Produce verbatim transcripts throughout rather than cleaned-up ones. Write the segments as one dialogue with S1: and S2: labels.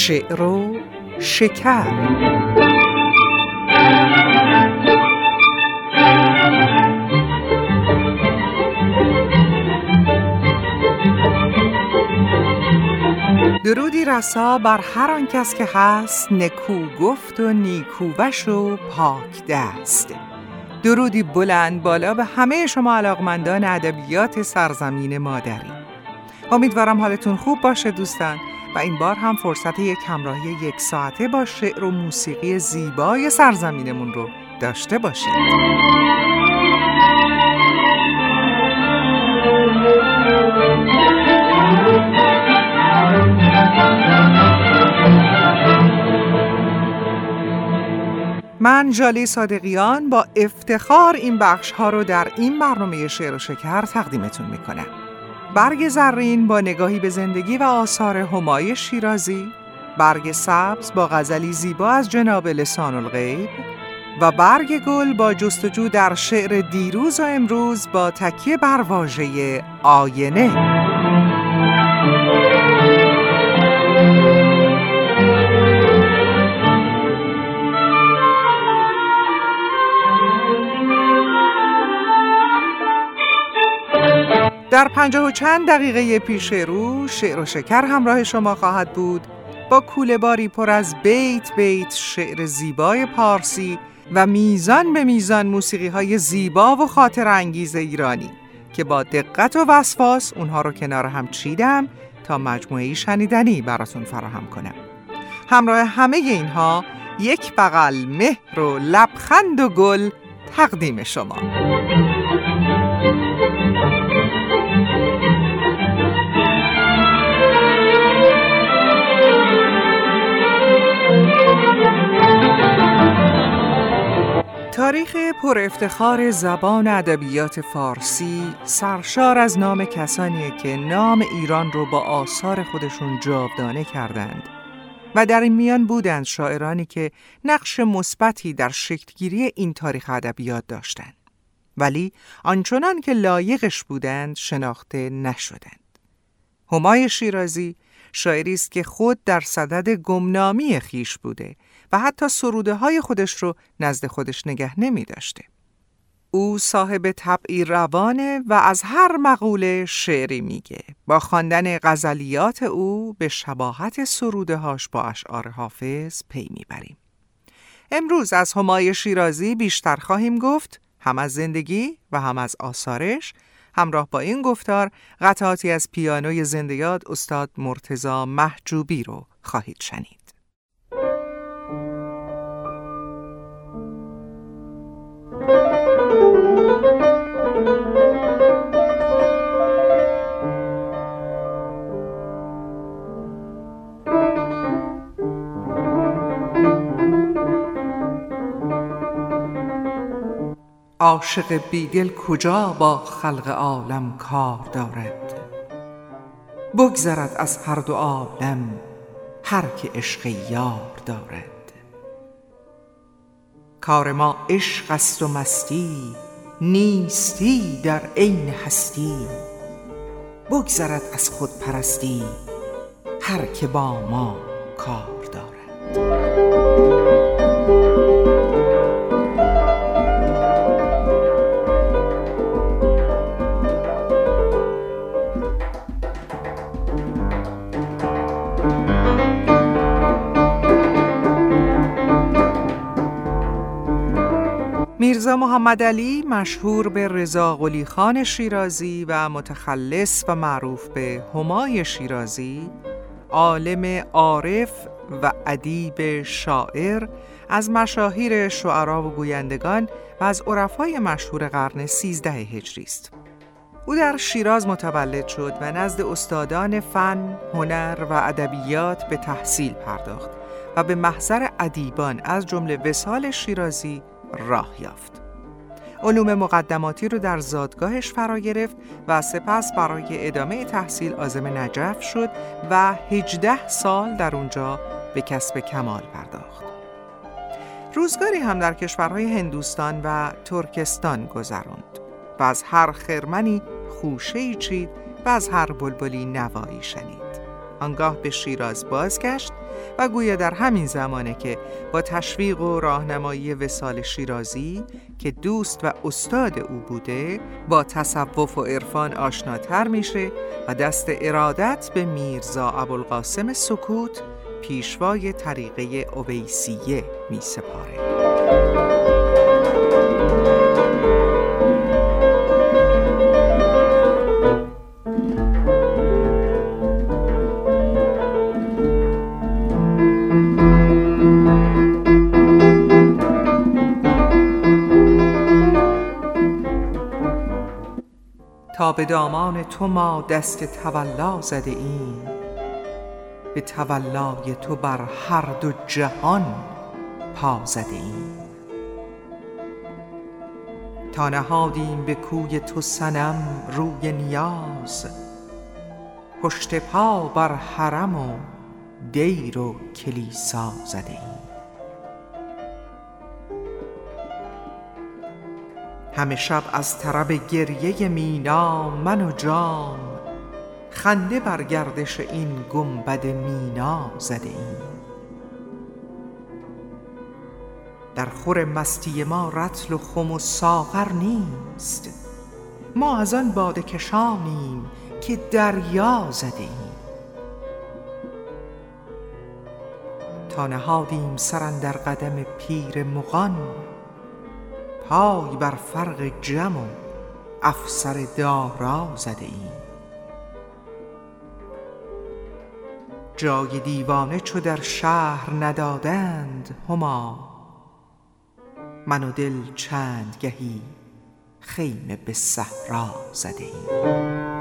S1: شعر و شکر. درودی رسا بر هر آن کس که هست، نکو گفت و نیکوبش و پاک دست. درودی بلند بالا به همه شما علاقمندان ادبیات سرزمین مادری. امیدوارم حالتون خوب باشه دوستان و این بار هم فرصت یک همراهی یک ساعته با شعر و موسیقی زیبای سرزمینمون رو داشته باشید. من ژاله صادقیان با افتخار این بخش ها رو در این برنامه شعر و شکر تقدیمتون میکنم. برگ زرین با نگاهی به زندگی و آثار همای شیرازی، برگ سبز با غزلی زیبا از جناب لسان الغیب و برگ گل با جستجو در شعر دیروز و امروز با تکیه بر واژه آینه. در پنجاه و چند دقیقه پیش رو شعر و شکر همراه شما خواهد بود با کوله باری پر از بیت بیت شعر زیبای پارسی و میزان به میزان موسیقی های زیبا و خاطر انگیز ایرانی که با دقت و وسواس اونها رو کنار هم چیدم تا مجموعه‌ای شنیدنی براتون فراهم کنم. همراه همه اینها یک بغل مهر و لبخند و گل تقدیم شما. تاریخ پر افتخار زبان ادبیات فارسی سرشار از نام کسانیه که نام ایران رو با آثار خودشون جاودانه کردند و در این میان بودند شاعرانی که نقش مثبتی در شکلگیری این تاریخ ادبیات داشتند ولی آنچنان که لایقش بودند شناخته نشدند. همای شیرازی شاعری است که خود در صدد گمنامی خیش بوده و حتی سروده های خودش رو نزد خودش نگه نمی داشته. او صاحب طبعی روانه و از هر مقوله شعری میگه. با خواندن غزلیات او به شباهت سروده هاش با اشعار حافظ پی میبریم. امروز از همای شیرازی بیشتر خواهیم گفت، هم از زندگی و هم از آثارش، همراه با این گفتار قطعاتی از پیانوی زنده یاد استاد مرتضی محجوبی رو خواهید شنید. عاشق بیدل کجا با خلق عالم کار دارد؟ بگذرد از هر دو عالم هر که عشق یار دارد. کار ما عشق است و مستی، نیستی در عین هستی. بگذرد از خود پرستی هر که با ما کار دارد. میرزا محمد علی مشهور به رضا قلی خان شیرازی و متخلص و معروف به همای شیرازی، عالم عارف و ادیب شاعر، از مشاهیر شعرا و گویندگان و از عرفای مشهور قرن سیزده هجری است. او در شیراز متولد شد و نزد استادان فن، هنر و ادبیات به تحصیل پرداخت و به محضر ادیبان از جمله وصال شیرازی راه یافت. علوم مقدماتی رو در زادگاهش فرا گرفت و سپس برای ادامه تحصیل عازم نجف شد و هجده سال در اونجا به کسب کمال پرداخت. روزگاری هم در کشورهای هندوستان و ترکستان گذراند و از هر خرمنی خوشه‌ای چید و از هر بلبلی نوایی شنید. آنگاه به شیراز بازگشت و گویا در همین زمانه که با تشویق و راهنمایی وصال شیرازی که دوست و استاد او بوده با تصوف و عرفان آشناتر میشه و دست ارادت به میرزا ابوالقاسم سکوت پیشوای طریقه اویسیه می سپاره. تا به دامان تو ما دست تولا زده ایم، به تولای تو بر هر دو جهان پا زده ایم. تا نهادیم به کوی تو صنم روی نیاز، پشت پا بر حرم و دیر و کلیسا زده ایم. همه شب از طرب گریه مینا من و جام، خنده بر گردش این گنبد مینا زده ایم. در خور مستی ما رطل و خم و ساغر نیست، ما از آن باده کشانیم که دریا زده ایم. تا نهادیم سر اندر قدم پیر مغان، پای بر فرق جم و افسر دارا زده ایم. جای دیوانه چو در شهر ندادند هما، من و دل چند گهی خیمه به صحرا زده ایم.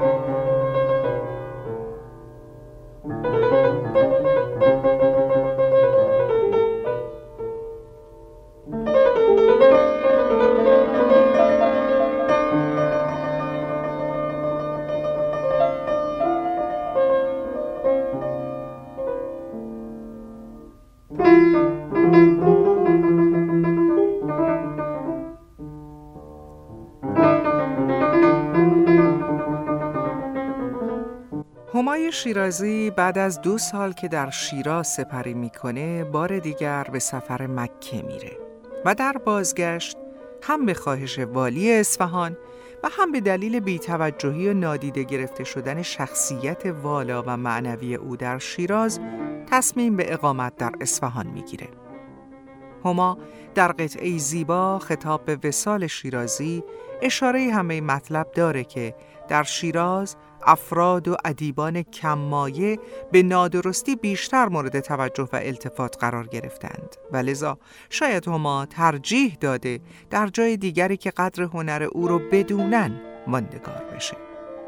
S1: همای شیرازی بعد از دو سال که در شیراز سپری میکنه بار دیگر به سفر مکه میره و در بازگشت هم به خواهش والی اصفهان و هم به دلیل بی‌توجهی و نادیده گرفته شدن شخصیت والا و معنوی او در شیراز تصمیم به اقامت در اصفهان میگیره. هما در قطعه زیبا خطاب به وصال شیرازی اشاره همه مطلب داره که در شیراز افراد و ادیبان کم‌مایه به نادرستی بیشتر مورد توجه و التفات قرار گرفتند و لذا شاید هما ترجیح داده در جای دیگری که قدر هنر او رو بدونن ماندگار بشه.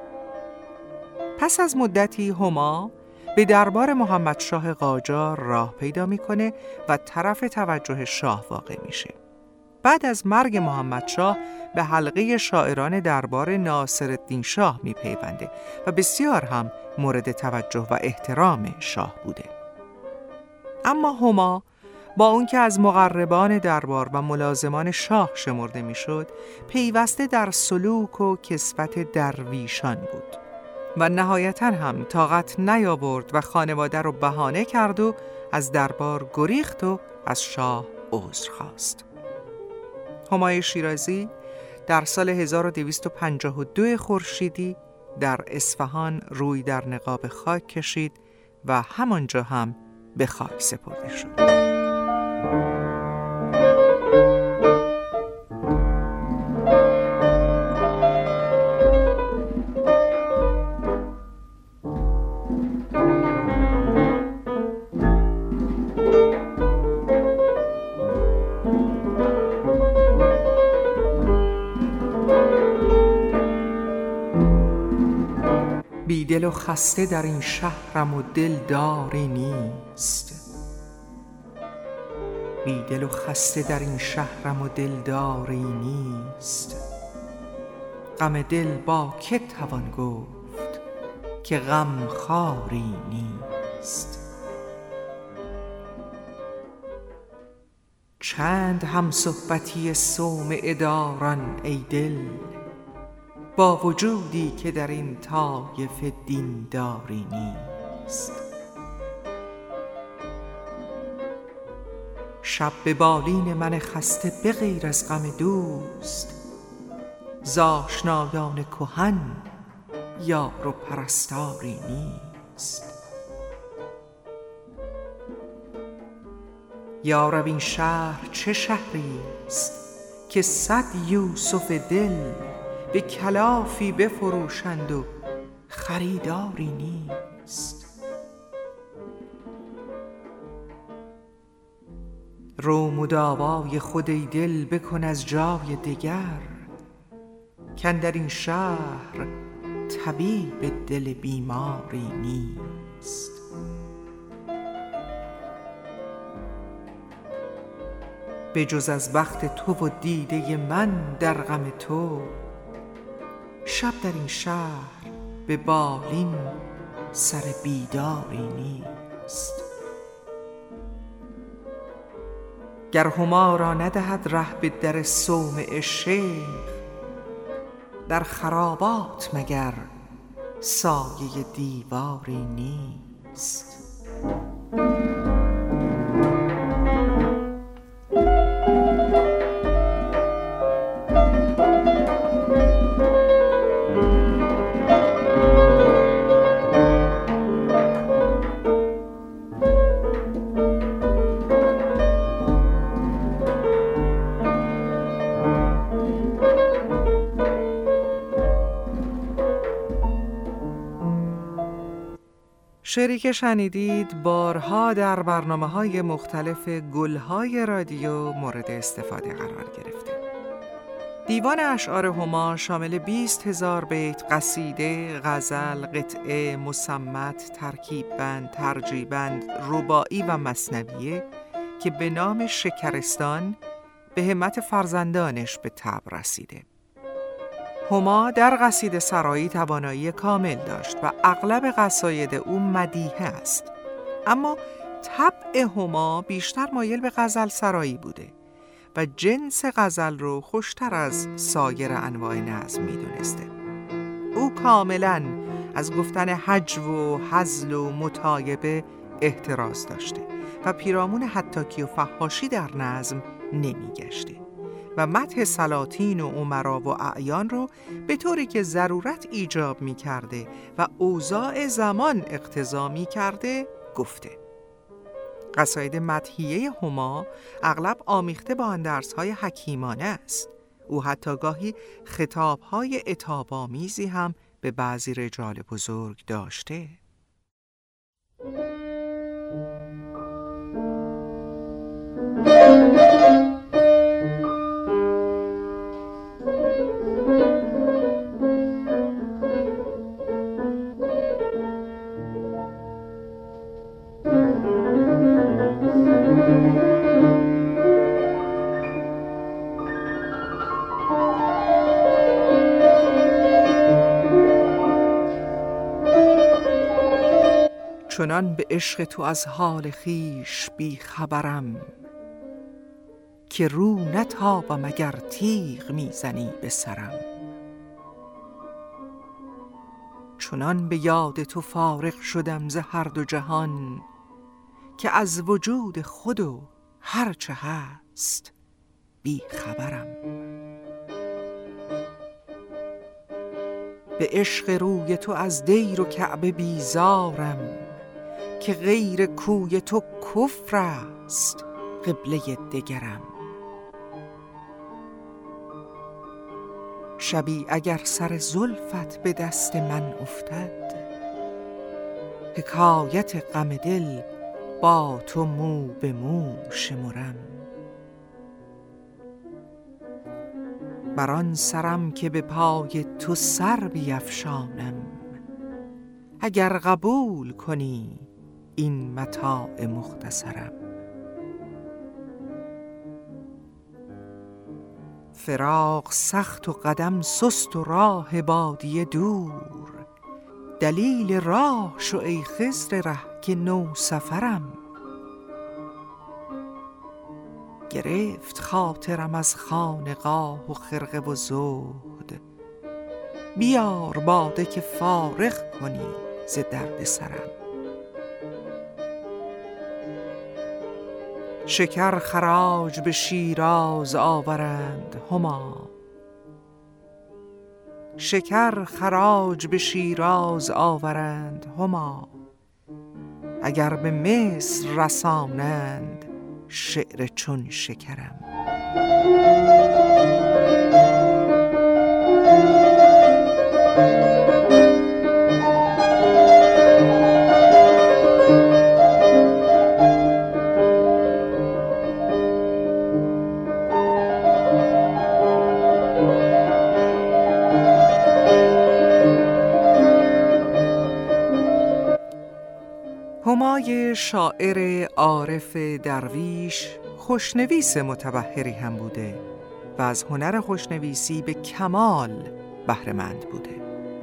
S1: پس از مدتی هما به دربار محمدشاه قاجار راه پیدا میکنه و طرف توجه شاه واقع میشه. بعد از مرگ محمدشاه به حلقه شاعران دربار ناصرالدین شاه میپیونده و بسیار هم مورد توجه و احترام شاه بوده. اما هما با اون که از مقربان دربار و ملازمان شاه شمرده میشد، پیوسته در سلوک و کسوت درویشان بود و نهایتاً هم طاقت نیاورد و خانواده رو بهانه کرد و از دربار گریخت و از شاه عذر خواست. همای شیرازی در سال هزار و دویست و پنجاه و دو خورشیدی در اصفهان روی در نقاب خاک کشید و همانجا هم به خاک سپرده شد. بی دل و خسته در این شهرم و دلداری نیست، بی دل و خسته در این شهرم و دلداری نیست. غم دل با که توان گفت که غم خاری نیست. چند هم صحبتی صومعه داران ای دل، با وجودی که در این طایفه دینداری نیست. شب به بالین من خسته به غیر از غم دوست، ز آشنایان کهن یار و پرستاری نیست. یا رب این شهر چه شهری است که صد یوسف دل به کلافی بفروشند و خریداری نیست. رو مداوای خود ای دل بکن از جای دگر، کاندر این شهر طبیب دل بیماری نیست. به جز از بخت تو و دیده من در غم تو، شب در این شهر به بالین سر بیداری نیست. گر هما را ندهد ره به در صومعه شیخ، در خرابات مگر سایه دیواری نیست. شعری که شنیدید بارها در برنامه‌های مختلف گل‌های رادیو مورد استفاده قرار گرفته. دیوان اشعار هما شامل بیست هزار بیت قصیده، غزل، قطعه، مصمت، ترکیب بند، ترجیع بند، رباعی و مثنویه که به نام شکرستان به همت فرزندانش به طبع رسیده. هما در قصیده سرایی توانایی کامل داشت و اغلب قصاید او مدیحه است، اما طبع هما بیشتر مایل به غزل سرایی بوده و جنس غزل رو خوشتر از سایر انواع نظم می دونسته. او کاملا از گفتن هجو و هزل و مطایبه احتراز داشته و پیرامون حتاکی و فحاشی در نظم نمی گشته و مدح سلاطین و امرا و اعیان رو به طوری که ضرورت ایجاب می کرده و اوضاع زمان اقتضا می کرده گفته. قصاید مدحیه هما اغلب آمیخته با اندرس‌های حکیمانه است. او حتی گاهی خطاب‌های عتاب‌آمیزی هم به بعضی رجال بزرگ داشته. چنان به عشق تو از حال خویش بی خبرم، که رو نتابم اگر تیغ میزنی به سرم. چنان به یاد تو فارغ شدم ز هر دو جهان، که از وجود خود و هر چه هست بی خبرم. به عشق روی تو از دیر و کعبه بیزارم، که غیر کوی تو کفر است قبله دگرم. شبی اگر سر زلفت به دست من افتد، حکایت غم دل با تو مو به مو شمرم. بر آن سرم که به پای تو سر بیفشانم، اگر قبول کنی این متاع مختصرم. فراق سخت و قدم سست و راه بادیه دور، دلیل راه شو ای خضر ره که نو سفرم. گرفت خاطرم از خانقاه و خرقه و زهد، بیار باده که فارغ کنی ز درد سرم. شکر خراج به شیراز آورند هما. شکر خراج به شیراز آورند هما. اگر به مصر رسانند شعر چون شکرم. همای شاعر عارف درویش خوشنویس متبحری هم بوده و از هنر خوشنویسی به کمال بهره‌مند بوده.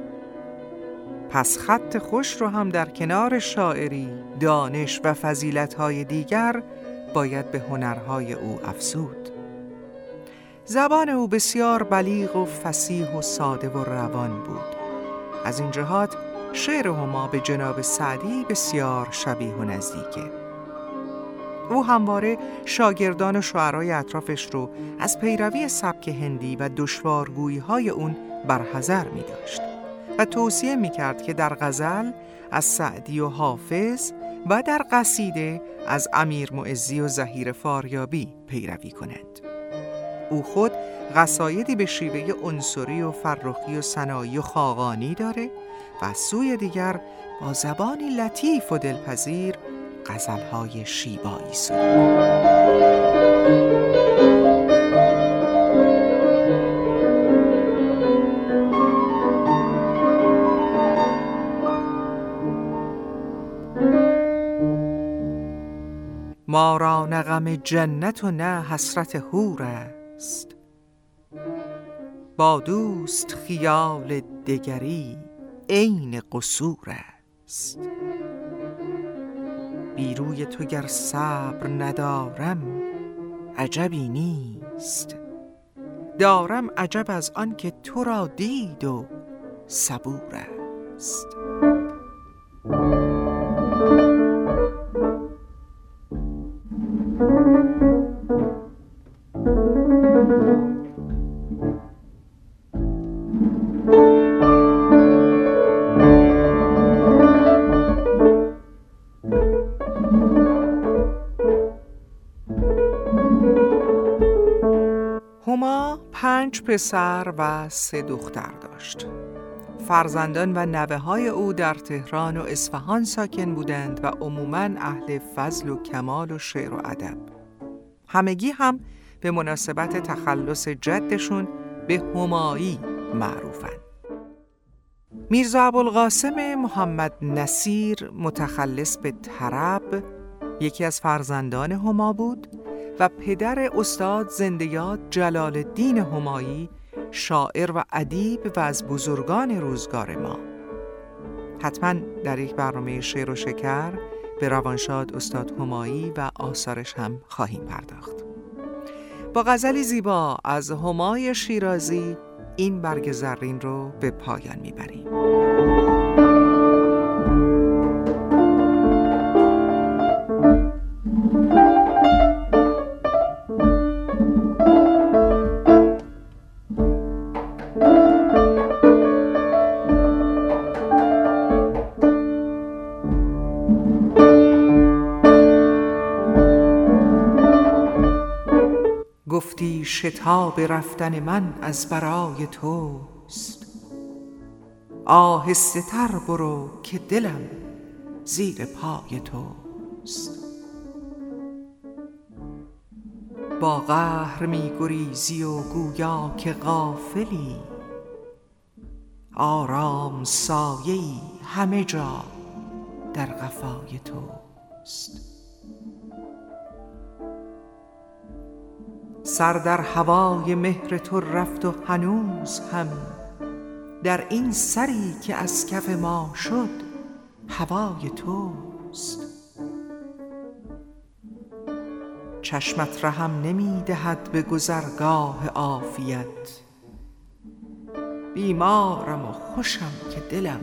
S1: پس خط خوش رو هم در کنار شاعری، دانش و فضیلت‌های دیگر باید به هنرهای او افزود. زبان او بسیار بلیغ و فصیح و ساده و روان بود. از این جهات شعر هما به جناب سعدی بسیار شبیه و نزدیکه. او همواره شاگردان و شاعرای اطرافش رو از پیروی سبک هندی و دشوارگویی‌های اون برحذر می داشت و توصیه می کرد که در غزل از سعدی و حافظ و در قصیده از امیر معزی و ظهیر فاریابی پیروی کنند. او خود قصایدی به شیوه عنصری و فرخی و ثنایی و خاقانی داره و از سوی دیگر با زبانی لطیف و دلپذیر غزل‌های شیوایی سرود. ما را نه غم جنت و نه حسرت حور است، با دوست خیال دگری عین قصور است. بی روی تو گر صبر ندارم عجبی نیست، دارم عجب از آن که تو را دید و صبور است. هما پنج پسر و سه دختر داشت. فرزندان و نوه های او در تهران و اصفهان ساکن بودند و عموماً اهل فضل و کمال و شعر و ادب. همگی هم به مناسبت تخلص جدشون به همایی معروفند. میرزا ابوالقاسم محمد نصیر متخلص به طرب یکی از فرزندان هما بود و پدر استاد زنده‌یاد جلال الدین همایی شاعر و ادیب و از بزرگان روزگار ما. حتما در یک برنامه شعر و شکر به روانشاد استاد همایی و آثارش هم خواهیم پرداخت. با غزلی زیبا از همای شیرازی این برگ زرین رو به پایان میبریم. گفتی شتاب رفتن من از برای توست، آهسته تر برو که دلم زیر پای توست. با قهر می گریزی و گویا که غافلی، آرام سایه‌ای همه جا در قفای توست. سر در هوای مهر تو رفت و هنوز هم در این سری که از کف ما شد هوای توست. چشمت رهم نمی دهد به گذرگاه عافیت، بیمارم و خوشم که دلم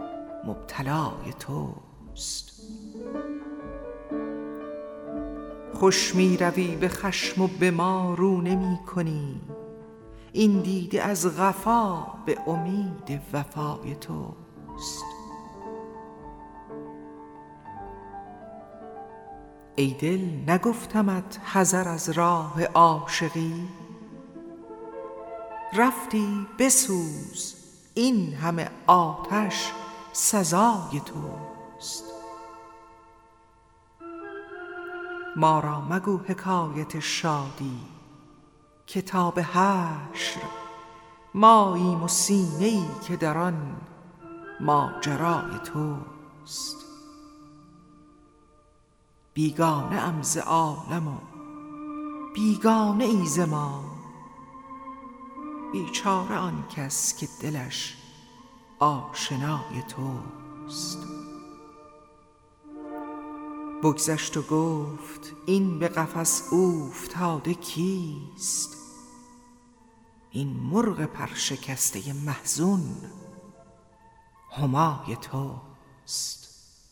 S1: مبتلای توست. خوش می روی به خشم و به ما رو نمی کنی، این دیده از غفا به امید وفای توست. ای دل نگفتمت حذر از راه عاشقی، رفتی بسوز، این همه آتش سزای توست. ما را مگو حکایت شادی که تا به حشر ماییم و سینه‌ای که در آن ماجرای توست. بیگانه ام ز عالم و بیگانه ای ز ما، بیچاره آن کس که دلش آشنای توست. بگذشت و گفت این به قفس اوفتاده کیست، این مرغ پرشکسته محزون همای توست.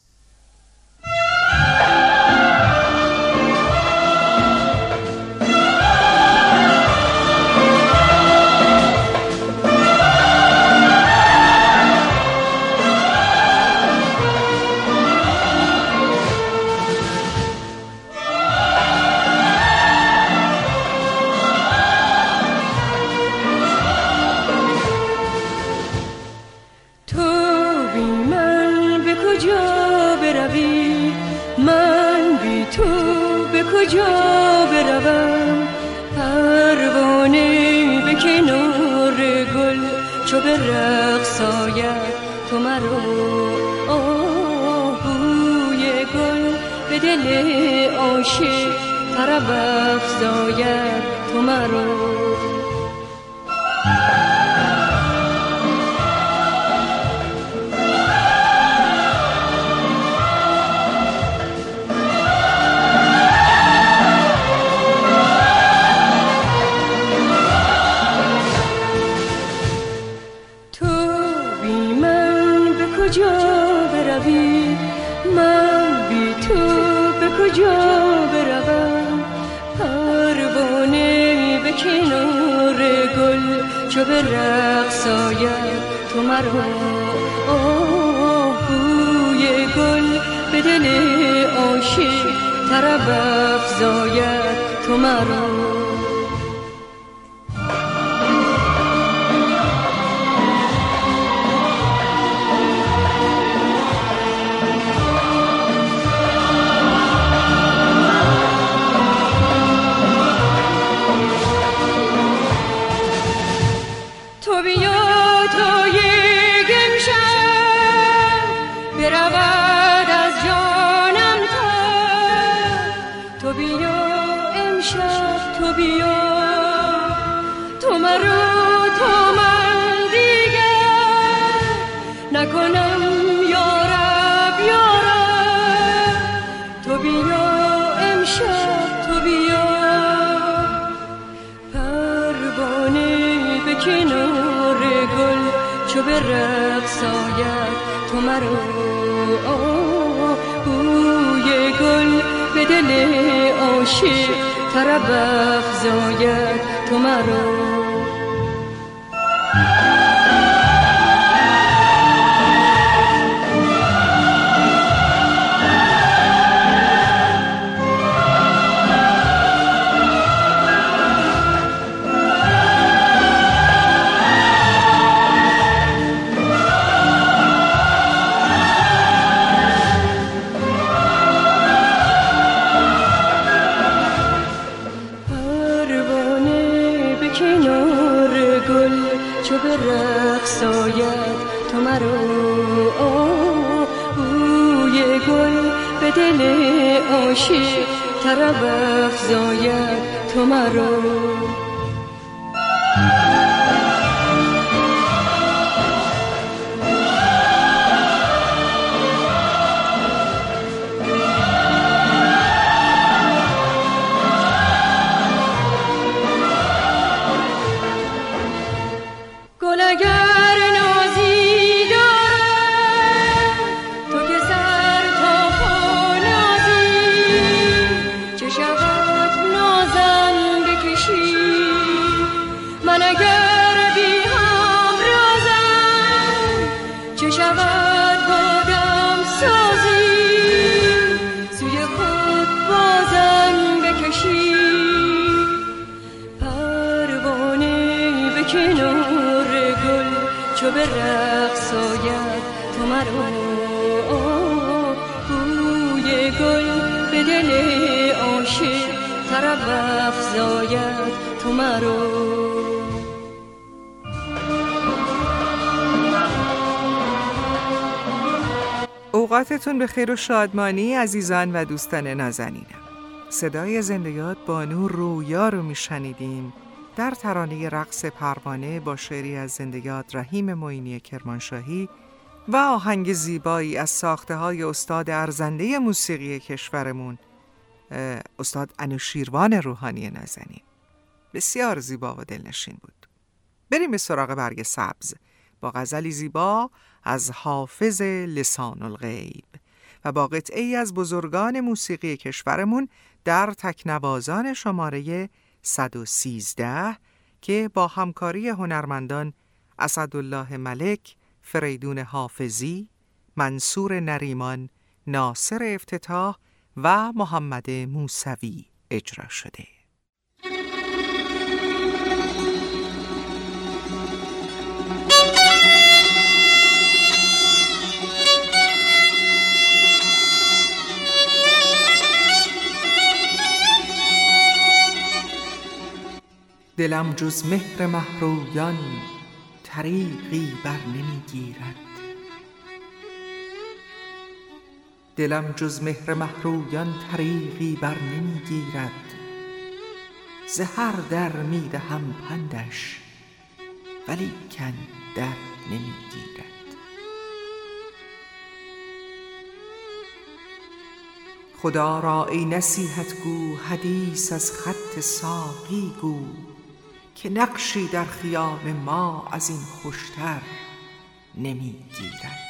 S2: کجا بروم پروانه به کنار گل، چو به رقص آید تو مرا آهوی گل، به دل عاشق طرب افزاید تو مرا. کجا بروی من بی تو به کجا بروم پروانه به کنار گل، چو به رقص آید تو مرا آهوی گل، به دل عاشق طرب افزاید تو مرا. تو بیا تا یک امشب برود از جانم تن، تو بیا امشب تو بیا تو مرا تو من دیگر نکنم یارب یارب، تو بیا امشب تو بیا پروانه به کنار گل، چو به رقص آید تو مرا آهوی گل، به دل عاشق طرب افزاید تو مرا. کنار گل چو به رقص آید تو مرا آهوی گل، به دل عاشق طرب افزاید تو مرا. گل اگر نازی دارد تو که سر تا پا نازی، چه شود چو به رقص آید تو مرا. بوی گل به دل عاشق طرب افزاید تو مرا.
S1: اوقاتتون به خیر و شادمانی عزیزان و دوستان نازنینم. صدای زنده یاد بانو رویا رو میشنیدیم در ترانه رقص پروانه با شعری از زنده یاد رحیم معینی کرمانشاهی و آهنگ زیبایی از ساخته های استاد ارزنده موسیقی کشورمون استاد انوشیروان روحانی نازنین. بسیار زیبا و دلنشین بود. بریم به سراغ برگ سبز با غزلی زیبا از حافظ لسان الغیب و با قطعه‌ای از بزرگان موسیقی کشورمون در تکنوازان شماره صد و سیزده که با همکاری هنرمندان اسدالله ملک، فریدون حافظی، منصور نریمان، ناصر افتتاح و محمد موسوی اجرا شده. دلم جز مهر مهرویان طریقی بر نمی گیرد. دلم جز مهر مهرویان طریقی بر نمی گیرد. ز هر در می دهم پندش ولیکن در نمی گیرد. خدا را ای نصیحت گو حدیث از خط ساقی گو که نقشی در خیال ما از این خوشتر نمی گیرد.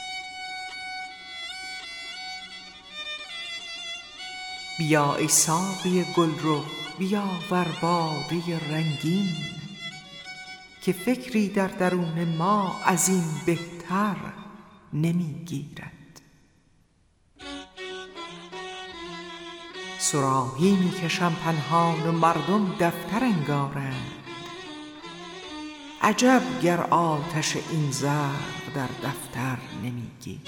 S1: بیا ای ساقی گلرخ بیاور باده رنگین که فکری در درون ما از این بهتر نمی گیرد. صراحی می کشم پنهان و مردم دفتر انگارند. عجب گر آتش این زرق در دفتر نمی گیرد.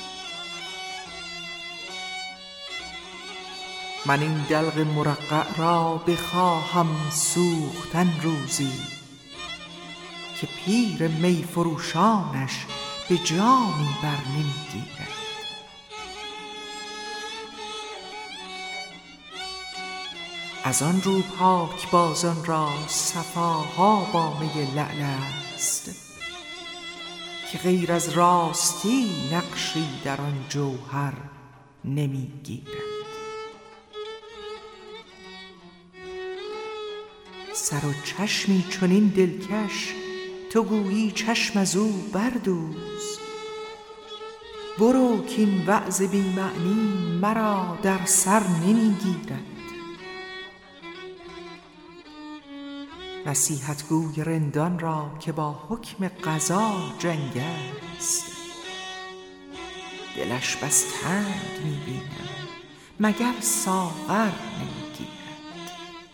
S1: من این دلق مرقع را بخواهم سوختن روزی که پیر می فروشانش به جامی بر نمی گیرد. از آن رو پاک بازان را صفاها با می لعل است که غیر از راستی نقشی در آن جوهر نمی گیرد. سر و چشمی چنین دلکش تو گویی چشم از او بردوز. برو کین وعظ بی معنی مرا در سر نمی گیرد. نصیحت گوی رندان را که با حکم قضا جنگ است دلش بس تنگ می بینم مگر ساغر نمی گیرد.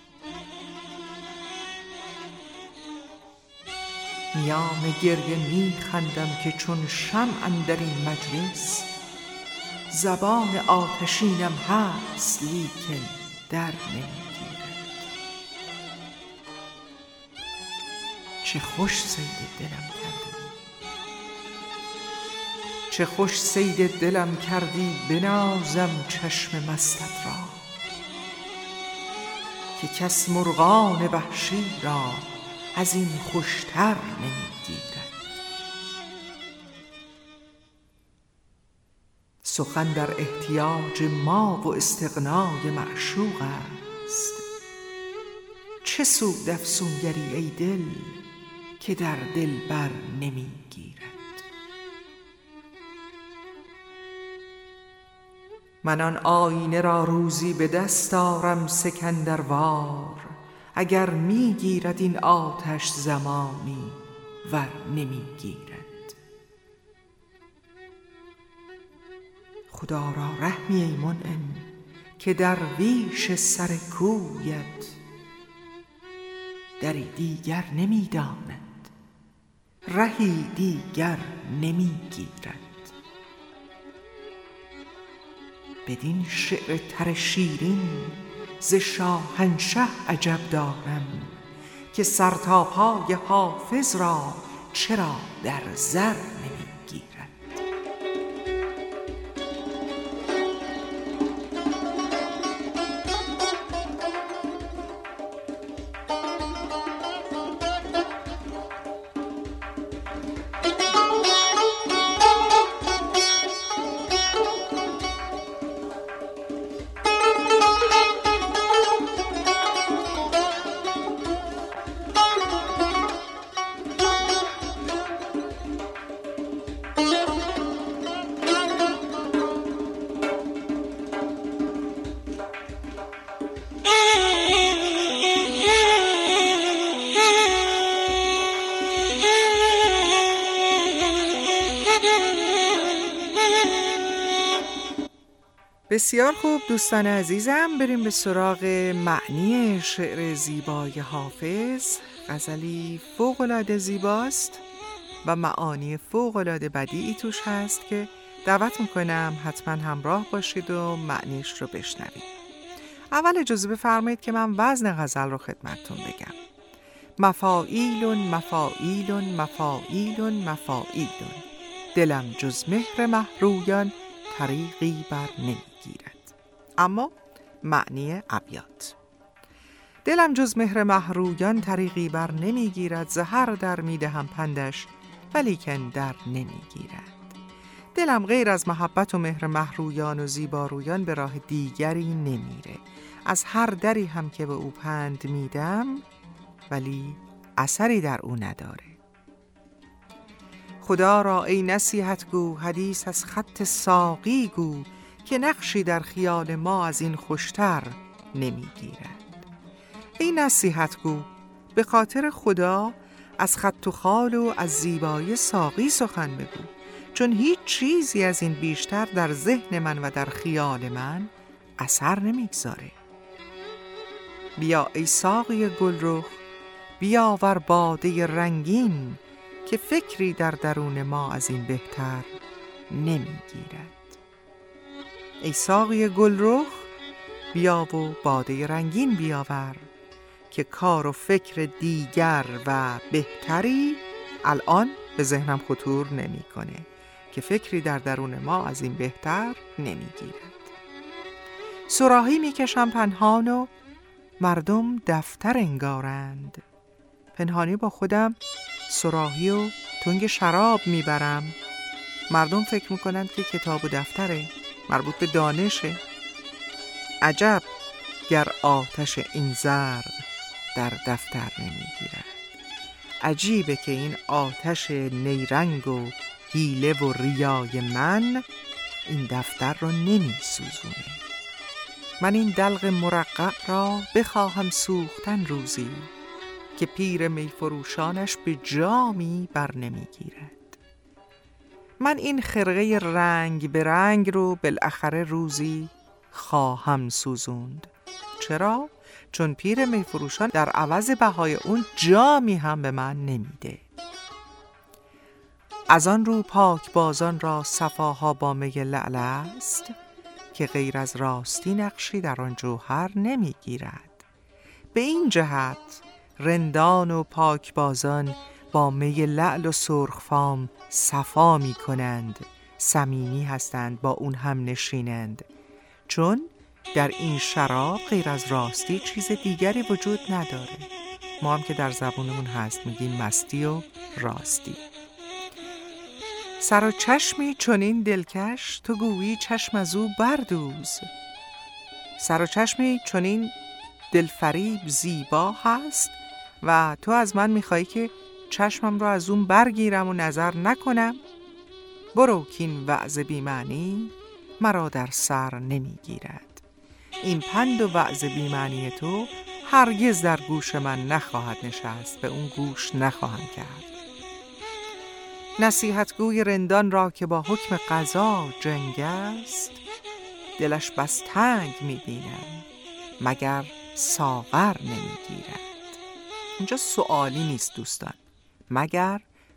S1: میان گریه می خندم که چون شمع اندر این مجلس زبان آتشینم هست لیکن در نمی گیرد. چه خوش صید دلم کردی چه خوش صید دلم کردی بنازم چشم مستت را که کس مرغان وحشی را از این خوشتر نمی گیرد. سخن در احتیاج ما و استغنای معشوق است. چه سود افسونگری ای دل که در دل بر نمی گیرد. من آن آینه را روزی به دست آرم سکندروار اگر می گیرد این آتش زمانی ور نمی گیرد. خدا را رحمی ای منعم که درویش سر کویت دری دیگر نمی داند رهی دیگر نمیگیرد. بدین شعر تر شیرین ز شاهنشه عجب دارم، که سر تا پای حافظ را چرا در زر نمیگیرد. بسیار خوب دوستان عزیزم، بریم به سراغ معنی شعر زیبای حافظ. غزلی فوق‌العاده زیباست و معانی فوق‌العاده بدیعی توش هست که دعوت میکنم حتما همراه باشید و معنیش رو بشنوید. اول اجازه بفرمایید که من وزن غزل رو خدمتتون بگم. مفاعیل مفاعیل مفاعیل مفاعیل، دلم جز مهر مهرویان طریقی بر نمیگیرد. اما معنی ابیات: دلم جز مهر مهرویان طریقی بر نمیگیرد، زهر در میدهم پندش ولیکن در نمیگیرد. دلم غیر از محبت و مهر مهرویان و زیبارویان به راه دیگری نمیره. از هر دری هم که به او پند میدم ولی اثری در او نداره. خدا را ای نصیحت گو، حدیث از خط ساقی گو، که نقشی در خیال ما از این خوشتر نمیگیرد. ای نصیحت گو، به خاطر خدا از خط و خال و از زیبایی ساقی سخن بگو، چون هیچ چیزی از این بیشتر در ذهن من و در خیال من اثر نمیگذاره. بیا ای ساقی گلرخ، بیاور باده رنگین، که فکری در درون ما از این بهتر نمیگیرد. ای ساقی گلرخ، بیا و باده رنگین بیاور، که کار و فکر دیگر و بهتری الان به ذهنم خطور نمیکنه، که فکری در درون ما از این بهتر نمیگیرد. صراحی میکشم پنهان و مردم دفتر انگارند، پنهانی با خودم صراحی و تنگ شراب میبرم. مردم فکر میکنند که کتاب و دفتره، مربوط به دانشه. عجب گر آتش این زرق در دفتر نمیگیرد. عجیبه که این آتش نیرنگ و حیله و ریای من این دفتر رو نمیسوزونه. من این دلق مرقع را بخواهم سوختن روزی، که پیر میفروشانش به جامی بر نمیگیرد. من این خرقه رنگ به رنگ رو بالاخره روزی خواهم سوزوند. چرا؟ چون پیر میفروشان در عوض بهای اون جامی هم به من نمیده. از آن رو پاک بازان را صفاها با می لعل است، که غیر از راستی نقشی در آن جوهر نمیگیرد. به این جهت رندان و پاکبازان با می لعل و سرخفام صفا می کنند، صمیمی هستند، با اون هم نشینند، چون در این شراب غیر از راستی چیز دیگری وجود نداره. ما هم که در زبانمون هست میگیم مستی و راستی. سر و چشمی چنین دلکش، تو گویی چشم از او بردوز. سر و چشمی چنین دلفریب زیبا هست و تو از من میخوایی که چشمم رو از اون برگیرم و نظر نکنم. برو کین وعظ بی‌معنی مرا در سر نمیگیرد. این پند و وعظ بی‌معنی تو هرگز در گوش من نخواهد نشست، به اون گوش نخواهم کرد. نصیحتگوی رندان را که با حکم قضا جنگ است، دلش بس تنگ میبینم مگر ساغر نمیگیرد. اینجا سوالی نیست دوستان، مگر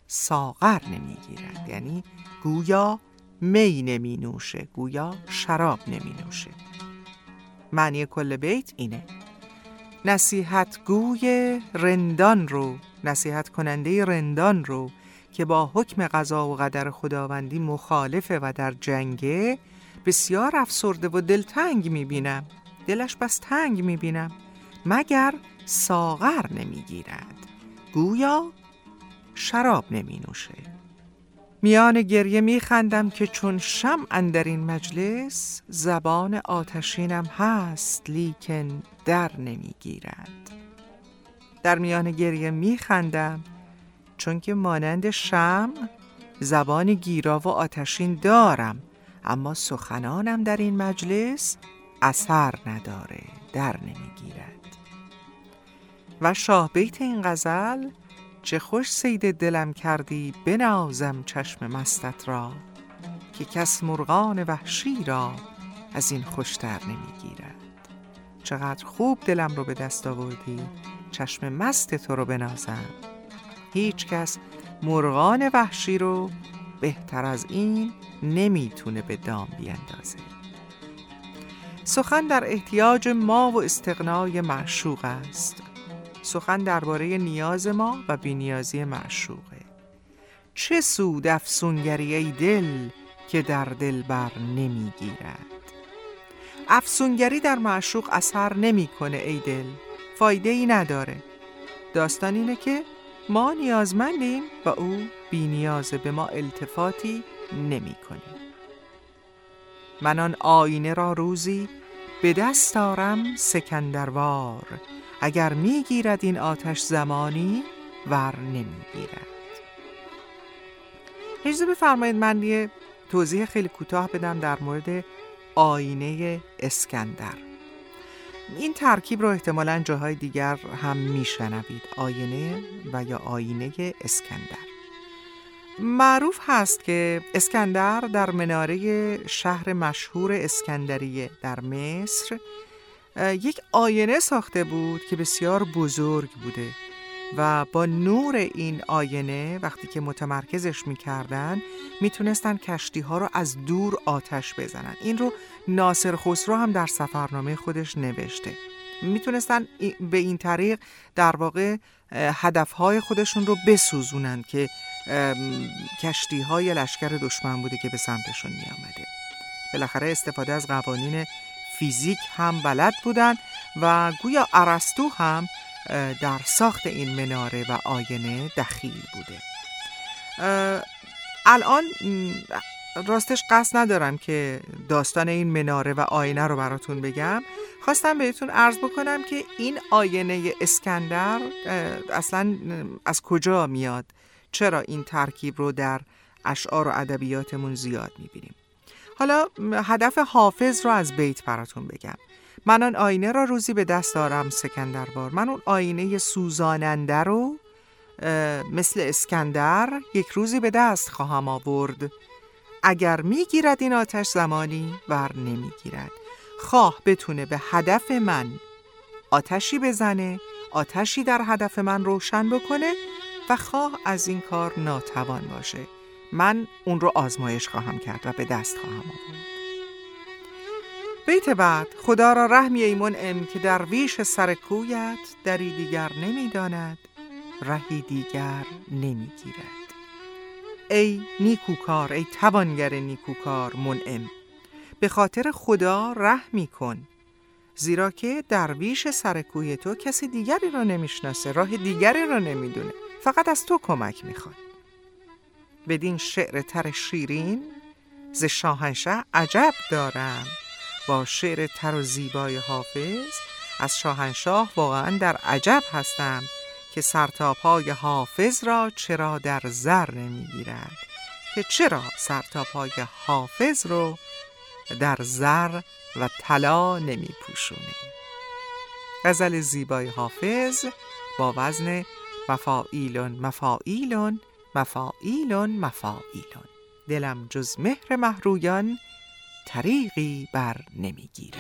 S1: ساغر نمی گیرد، یعنی گویا می نمی نوشه، گویا شراب نمی نوشه. معنی کل بیت اینه: نصیحت گوی رندان رو، نصیحت کننده رندان رو که با حکم قضا و قدر خداوندی مخالفه و در جنگه، بسیار افسرده و دلتنگ میبینم، دلش بس تنگ میبینم، مگر ساغر نمیگیرد، گویا شراب نمی نوشه. میان گریه میخندم که چون شمع اندر این مجلس، زبان آتشینم هست لیکن در نمیگیرد. در میان گریه میخندم چون که مانند شمع زبان گیرا و آتشین دارم، اما سخنانم در این مجلس اثر نداره، در نمیگیرد. و شاه بیت این غزل: چه خوش صید دلم کردی بنازم چشم مستت را، که کس مرغان وحشی را از این خوشتر نمیگیرد. چقدر خوب دلم رو به دست آوردی، چشم مست تو رو بنازم، هیچ کس مرغان وحشی رو بهتر از این نمیتونه به دام بیندازه. سخن در احتیاج ما و استغنای معشوق است. سخن درباره نیاز ما و بی‌نیازی معشوقه. چه سود افسونگری ای دل که در دل بر نمیگیرد. افسونگری در معشوق اثر نمیکنه ای دل، فایده ای نداره. داستان اینه که ما نیازمندیم و او بی‌نیازه، به ما التفاتی نمیکنه. من آن آینه را روزی به دست آرم سکندروار، اگر میگیرد این آتش زمانی ور نمیگیرد. اجازه بفرمایید من یه توضیح خیلی کوتاه بدم در مورد آینه اسکندر. این ترکیب رو احتمالاً جاهای دیگر هم میشنوید، آینه و یا آینه اسکندر. معروف هست که اسکندر در مناره شهر مشهور اسکندریه در مصر یک آینه ساخته بود که بسیار بزرگ بوده و با نور این آینه وقتی که متمرکزش می‌کردن میتونستن کشتی ها رو از دور آتش بزنن. این رو ناصر خسرو هم در سفرنامه خودش نوشته. میتونستن به این طریق در واقع هدفهای خودشون رو بسوزونن که کشتی های لشکر دشمن بوده که به سمتشون می آمده. بالاخره استفاده از قوانین فیزیک هم بلد بودن و گویا ارسطو هم در ساخت این مناره و آینه دخیل بوده. الان راستش قصد ندارم که داستان این مناره و آینه رو براتون بگم. خواستم بهتون عرض بکنم که این آینه اسکندر اصلا از کجا میاد، چرا این ترکیب رو در اشعار و ادبیاتمون زیاد میبینیم. حالا هدف حافظ رو از بیت براتون بگم. من آن آینه را روزی به دست دارم سکندروار. من اون آینه سوزاننده رو مثل اسکندر یک روزی به دست خواهم آورد، اگر میگیرد این آتش زمانی ور نمیگیرد. خواه بتونه به هدف من آتشی بزنه، آتشی در هدف من روشن بکنه، و خواه از این کار ناتوان باشه، من اون رو آزمایش خواهم کرد و به دست خواهم آورد. بیت بعد: خدا را رحمی ای منعم که درویش سر کویت، دری دیگر نمیداند رهی دیگر نمیگیرد. ای نیکوکار، ای توانگر نیکوکار منعم، به خاطر خدا رحمی کن، زیرا که درویش سر کوی تو کسی دیگری را نمیشناسه، راه دیگری را نمیدونه، فقط از تو کمک میخواد. بدین شعر تر شیرین ز شاهنشه عجب دارم، با شعر تر و زیبای حافظ از شاهنشاه واقعا در عجب هستم که سرتاپای حافظ را چرا در زر نمیگیرد، که چرا سرتاپای حافظ رو در زر و طلا نمی پوشونه. غزل زیبای حافظ با وزن مفاعیلون مفاعیلون مفاعیلون مفاعیلون. دلم جز مهر مهرویان طریقی بر نمیگیره.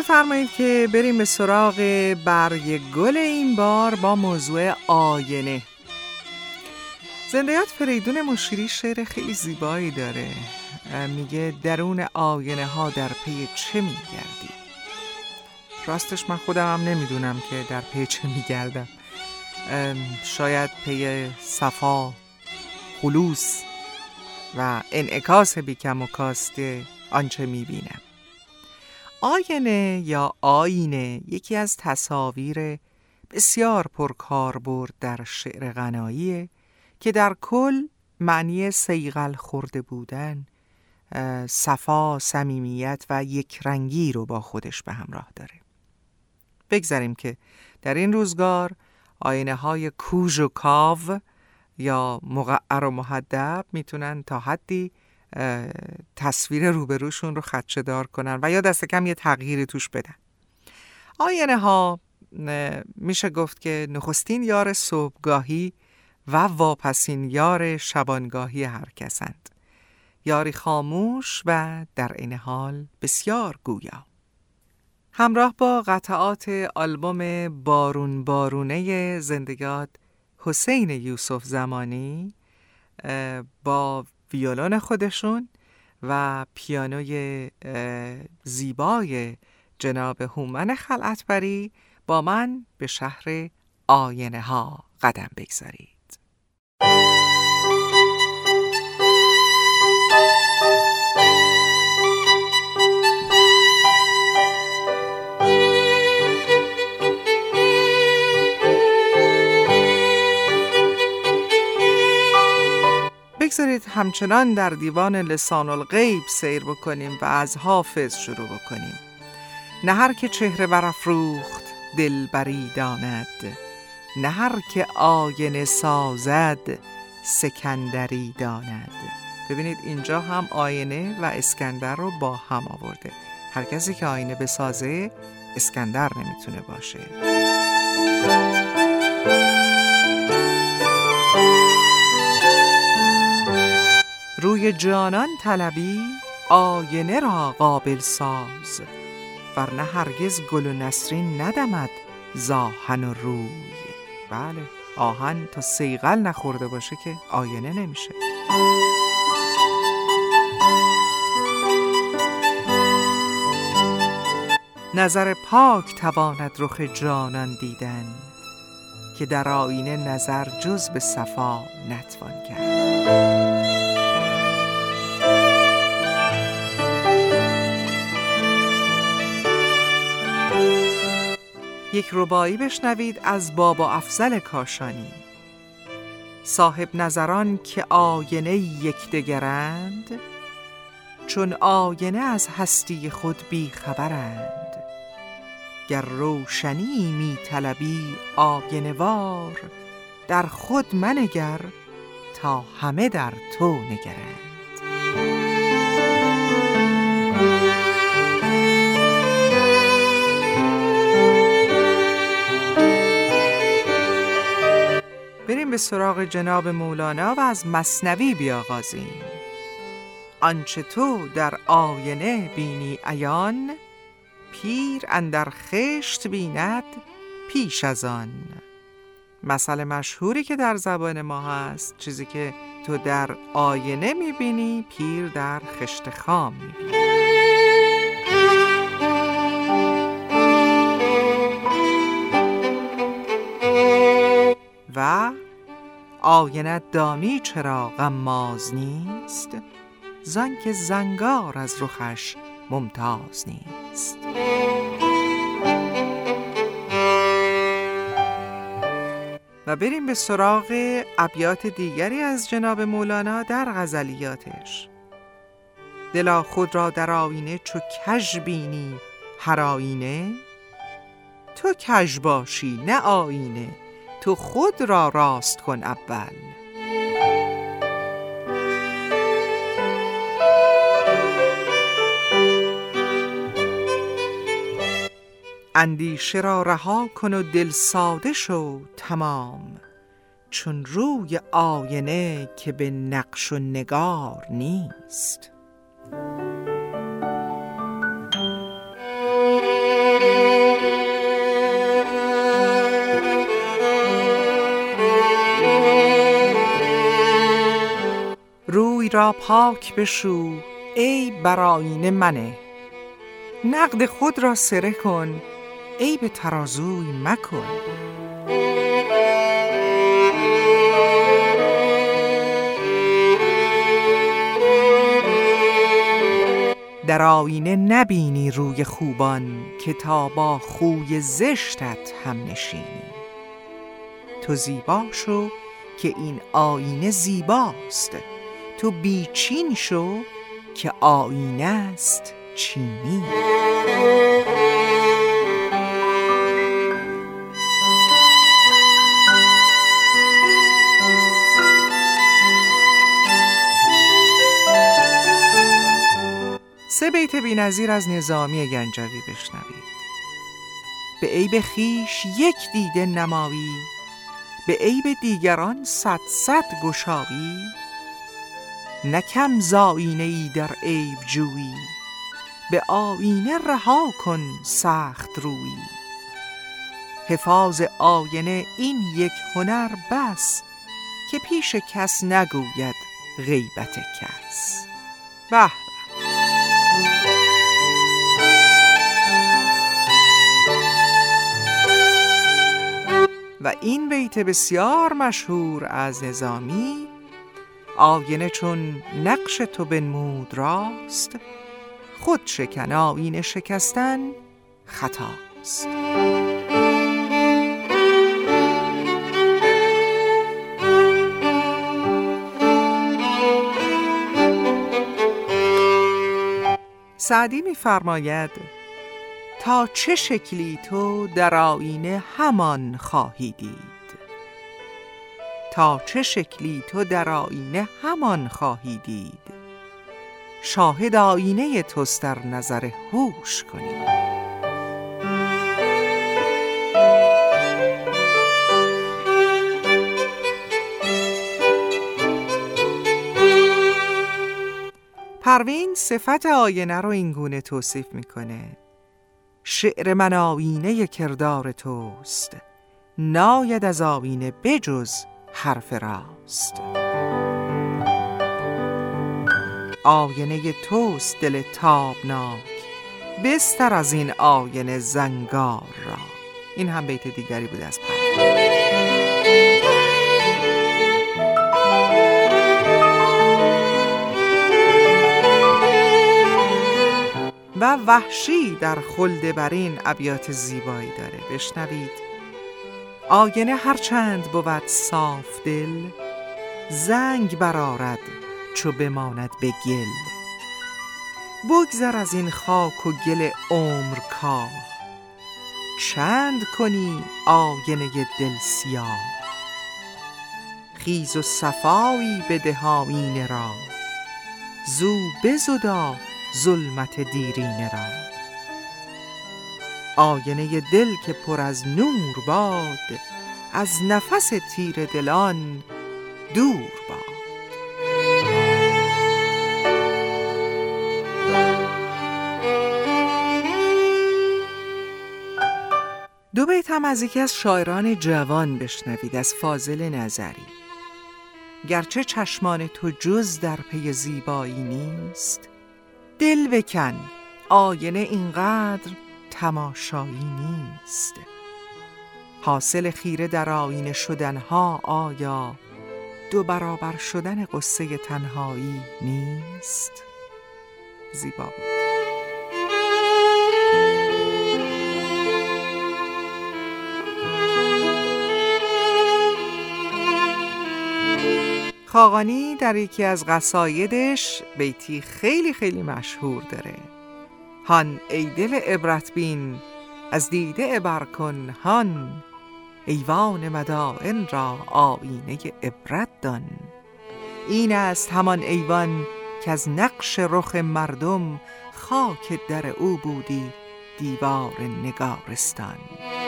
S1: بفرمایید که بریم به سراغ برگ گل این بار با موضوع آینه. زنده‌یاد فریدون مشیری شعر خیلی زیبایی داره، میگه درون آینه ها در پی چه میگردی؟ راستش من خودم هم نمیدونم که در پی چه میگردم، شاید پی صفا، خلوص و انعکاس بیکم و کاسته آنچه میبینم. آینه یا آینه یکی از تصاویر بسیار پرکاربرد در شعر غناییه که در کل معنی صیقل خورده بودن، صفا، صمیمیت و یکرنگی رو با خودش به همراه داره. بگذاریم که در این روزگار آینه های کوژ و کاو یا مقعر و محدب میتونن تا حدی تصویر روبروشون رو خدشه دار کنن و یا دست کم یه تغییری توش بدن. آینه ها میشه گفت که نخستین یار صبحگاهی و واپسین یار شبانگاهی هر کسند. یاری خاموش و در عین حال بسیار گویا. همراه با قطعات آلبوم بارون بارونه زنده‌یاد حسین یوسف زمانی با ویولون خودشون و پیانوی زیبای جناب هومن خلعتبری با من به شهر آینه ها قدم بگذارید. بگذارید همچنان در دیوان لسان الغیب سیر بکنیم و از حافظ شروع بکنیم. نه هر که چهره برافروخت دلبری داند، نه هر که آینه سازد سکندری داند. ببینید اینجا هم آینه و اسکندر رو با هم آورده. هر کسی که آینه بسازه اسکندر نمیتونه باشه. روی جانان طلبی آینه را قابل ساز، ورنه هرگز گل و نسرین ندمد زاهن و روی. بله، آهن تا صیقل نخورده باشه که آینه نمیشه. نظر پاک تواند رخ جانان دیدن، که در آینه نظر جز به صفا نتوان کرد. یک ربایی بشنوید از بابا افضل کاشانی. صاحب نظران که آینه یکدیگرند، چون آینه از هستی خود بی خبرند. گر روشنی می طلبی آینه وار، در خود منگر تا همه در تو نگرند. بریم به سراغ جناب مولانا و از مثنوی بیاغازیم. آنچه تو در آینه بینی عیان، پیر اندر خشت بیند پیش از آن. مثل مشهوری که در زبان ما هست، چیزی که تو در آینه میبینی پیر در خشت خام میبینی. و آینه دانی چرا غماز نیست، زان که زنگار از رخش ممتاز نیست. و بریم به سراغ ابیات دیگری از جناب مولانا در غزلیاتش. دلا خود را در آینه چو کژ بینی هر آینه، تو کژ باشی نه آینه، تو خود را راست کن اول. اندیشه را رها کن و دل ساده شو تمام، چون روی آینه که به نقش و نگار نیست. روی را پاک بشو ای بر آیینه منه، نقد خود را سره کن ای به ترازوی مکن. در آینه نبینی روی خوبان که تا با خوی زشتت هم نشینی. تو زیبا شو که این آینه زیباست، تو بیچین شو که آینه است چینی. سه بیت بی‌نظیر از نظامی گنجوی بشنوید. به عیب خویش یک دیده نمایی، به عیب دیگران صد صد گشایی. نه کم ز آیینه ای در عیب جویی، به آیینه رها کن سخت رویی. حفاظ آینه این یک هنر بس، که پیش کس نگوید غیبت کس. به و این بیت بسیار مشهور از نظامی: آینه چون نقش تو بنمود راست، خود شکن آینه شکستن خطاست. سعدی می‌فرماید تا چه شکلی تو در آینه همان خواهی دید، تا چه شکلی تو در آینه همان خواهی دید. شاهد آینه توست در نظر هوش کنی. پروین صفت آینه رو اینگونه توصیف میکنه: شعر من آینه کردار توست، ناید از آینه بجز حرف راست. آینه توست دل تابناک، بستر از این آینه زنگار را. این هم بیت دیگری بود از پروین. و وحشی در خلد برین ابیات زیبایی داره. بشنوید: آینه هرچند بود صاف دل، زنگ برآرد چو بماند به گل. بگذر از این خاک و گل عمر کاه، چند کنی آینه دل سیاه. خیز و صفایی بده آینه را، زو بزدا ظلمت دیرینه را. آینه دل که پر از نور باد، از نفس تیر دلان دور باد. دو بیت هم از یکی از شاعران جوان بشنوید، از فاضل نظری: گرچه چشمان تو جز در پی زیبایی نیست، دل بکن آینه اینقدر تماشایی نیست. حاصل خیره در آینه شدنها آیا دو برابر شدن قصه تنهایی نیست؟ زیبا بود. خاقانی در یکی از قصایدش بیتی خیلی خیلی مشهور داره: هان ای دل عبرت بین از دیده عبر کن، هان ایوان مدائن را آینه عبرت دان. این است همان ایوان که از نقش رخ مردم، خاک در او بودی دیوار نگارستان.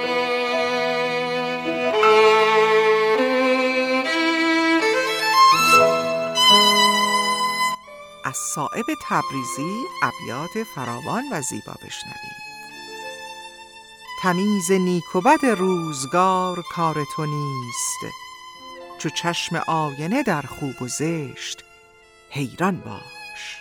S1: از صائب تبریزی ابیات فراوان و زیبا بشنوید: تمیز نیک و بد روزگار کار تو نیست، چو چشم آینه در خوب و زشت حیران باش.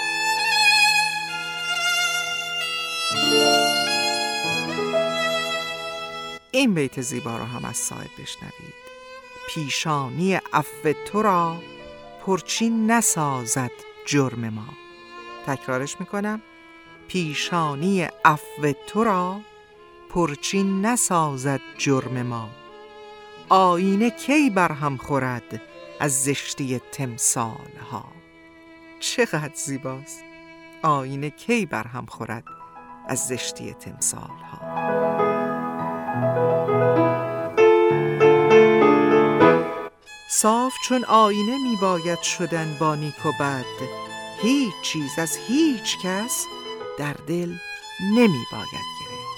S1: این بیت زیبا را هم از صاحب بشنوید. پیشانی عفو تو را پرچین نسازد جرم ما. تکرارش میکنم. پیشانی عفو تو را پرچین نسازد جرم ما. آینه کی برهم خورد از زشتی تمثال ها. چقدر زیباست. آینه کی برهم خورد از زشتی تمثال ها. صاف چون آینه می باید شدن با نیک و بد. هیچ چیز از هیچ کس در دل نمی باید گرفت.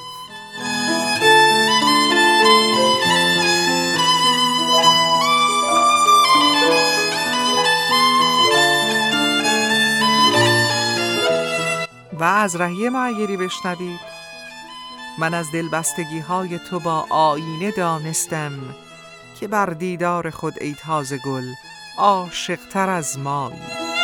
S1: و از رهیه معیری بشنوید. من از دلبستگی های تو با آینه دانستم که بر دیدار خود ای تازه گل عاشق تر از مایی.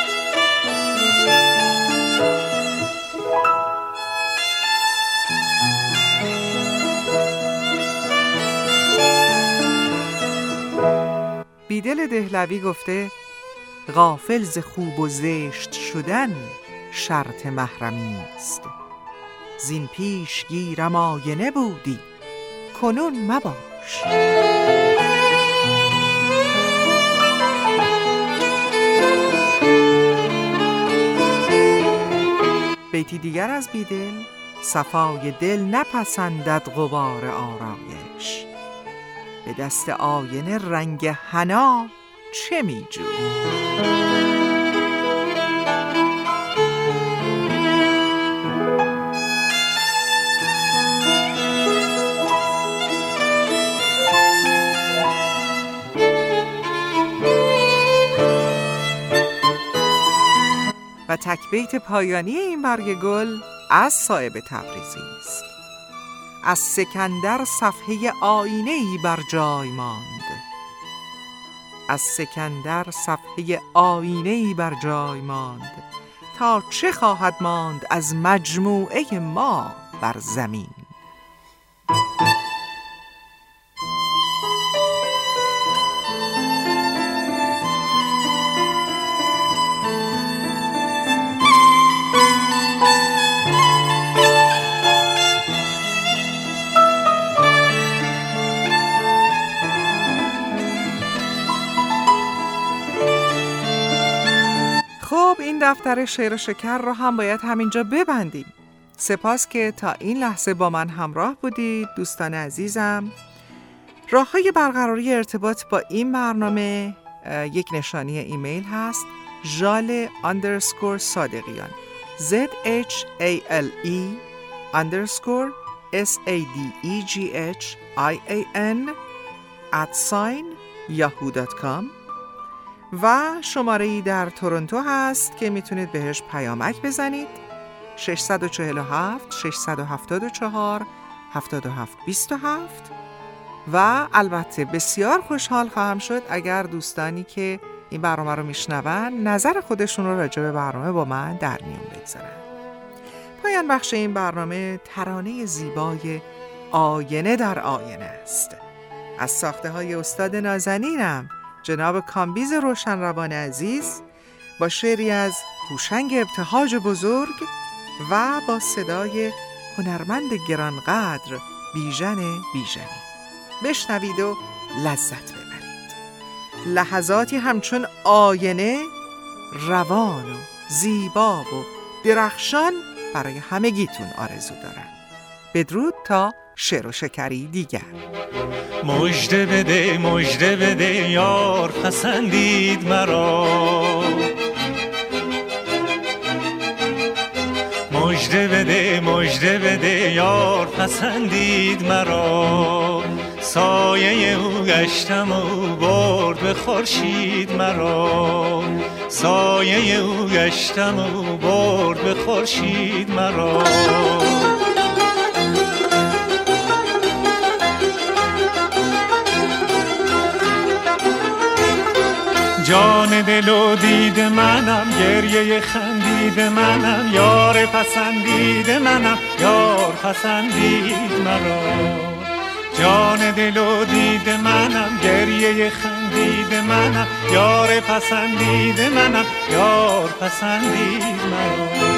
S1: بیدل دهلوی گفته غافل ز خوب و زشت شدن شرط محرمی است. زین پیش گیرم آینه بودی کنون مباش. بیتی دیگر از بیدل. صفای دل نپسندد غبار آرایش. به دست آینه رنگ حنا چه می جویی؟ و تکبیت پایانی این برگ گل از صاحب تبریزی است. از سکندر صفحه آینه‌ای بر جای ماند. از سکندر صفحه آینه‌ای بر جای ماند. تا چه خواهد ماند از مجموعه ما بر زمین. خب این دفتر شعر و شکر رو هم باید همینجا ببندیم. سپاس که تا این لحظه با من همراه بودید دوستان عزیزم. راه‌های برقراری ارتباط با این برنامه یک نشانی ایمیل هست ژاله اندرسکور صادقیان Z H A L E underscore S A D E G H I A N at sign yahoo dot com و شماره‌ای در تورنتو هست که میتونید بهش پیامک بزنید شش چهار هفت شش هفت چهار هفت هفت دو هفت و البته بسیار خوشحال خواهم شد اگر دوستانی که این برنامه رو میشنون نظر خودشون رو راجع به برنامه با من در میون بگذارن. پایان بخش این برنامه ترانه زیبای آینه در آینه است از ساخته های استاد نازنینم جناب کامبیز روشنروان عزیز با شعری از هوشنگ ابتهاج بزرگ و با صدای هنرمند گرانقدر بیژن بیژنی. بشنوید و لذت ببرید. لحظاتی همچون آینه روان و زیبا و درخشان برای همگیتون آرزو دارم. بدرود تا شعر و شکری دیگر.
S3: مژده بده مژده بده یار پسندید مرا. مژده بده مژده بده یار پسندید مرا. سایه او گشتم و برد به خورشید مرا. سایه او گشتم و برد به خورشید مرا. جان دل و دید منم، گریه خندید منم، یار پسندید منم، یار پسندید مرا. جان دل و دید منم، گریه خندید منم، یار پسندید منم، یار پسندید مرا.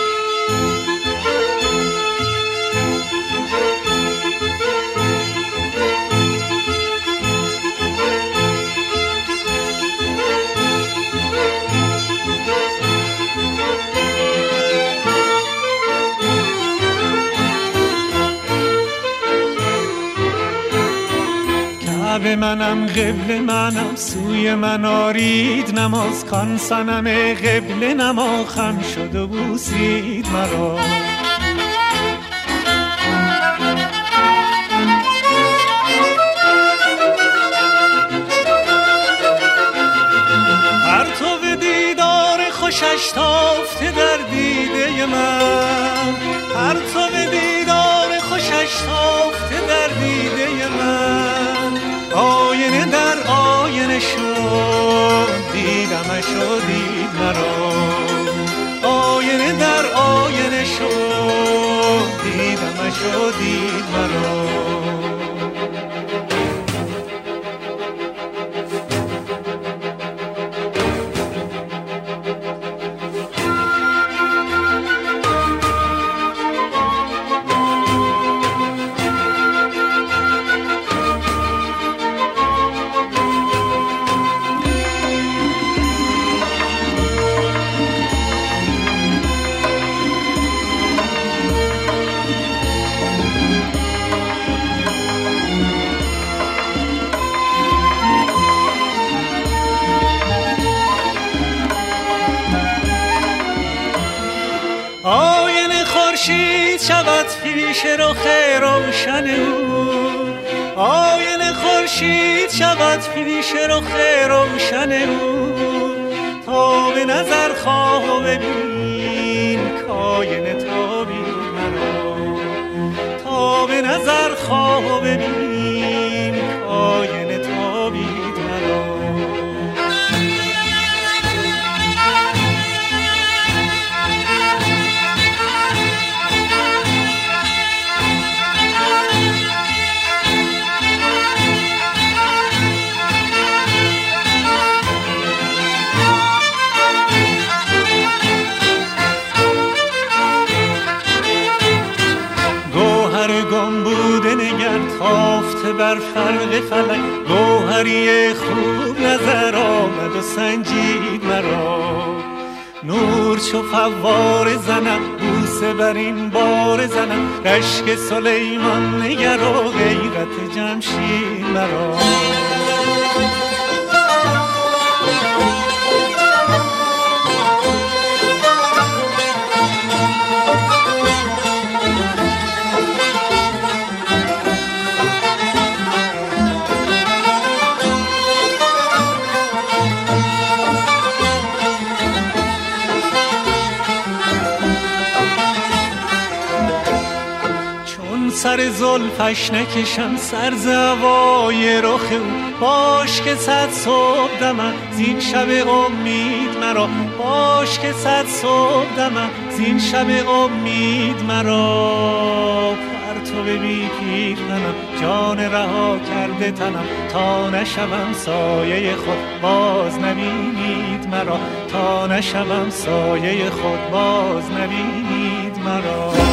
S3: به منم قبل منم، سوی من آرید نماز، کان صنم قبل نما خم شد و بوسید مرا. پرتو دیدار خوشش تافته در دیده من، پرتو دیدار خوشش تافته در دیده من. آینه در آینه شد دیدمش و دید مرا، آینه در آینه شد دیدمش و دید مرا. آینه خورشید شود پیش رخ روشن او، آینه خورشید شود پیش رخ روشن او. تا به نظر خواه و ببین کاینه تابید مرا، تا به نظر خواه و ببین کاینه تابید مرا. گم بوده نگر تافته بر فرق فلک، گوهری خوب نظر آمد و سنجید مرا. نور چو فوار زنم، بوسه بر این بار زنم، رشک سلیمان نگر و غیرت جمشید مرا. سر زلفش نکشم سر ز هوای رخ او، باش که صد صبح دمم زین شب امید مرا، باش که صد صبح دمم زین شب امید مرا. پرتو بی پیرهنم جان رها کرده تنم، تا نشوم سایه خود باز نبینید مرا، تا نشوم سایه خود باز نبینید مرا.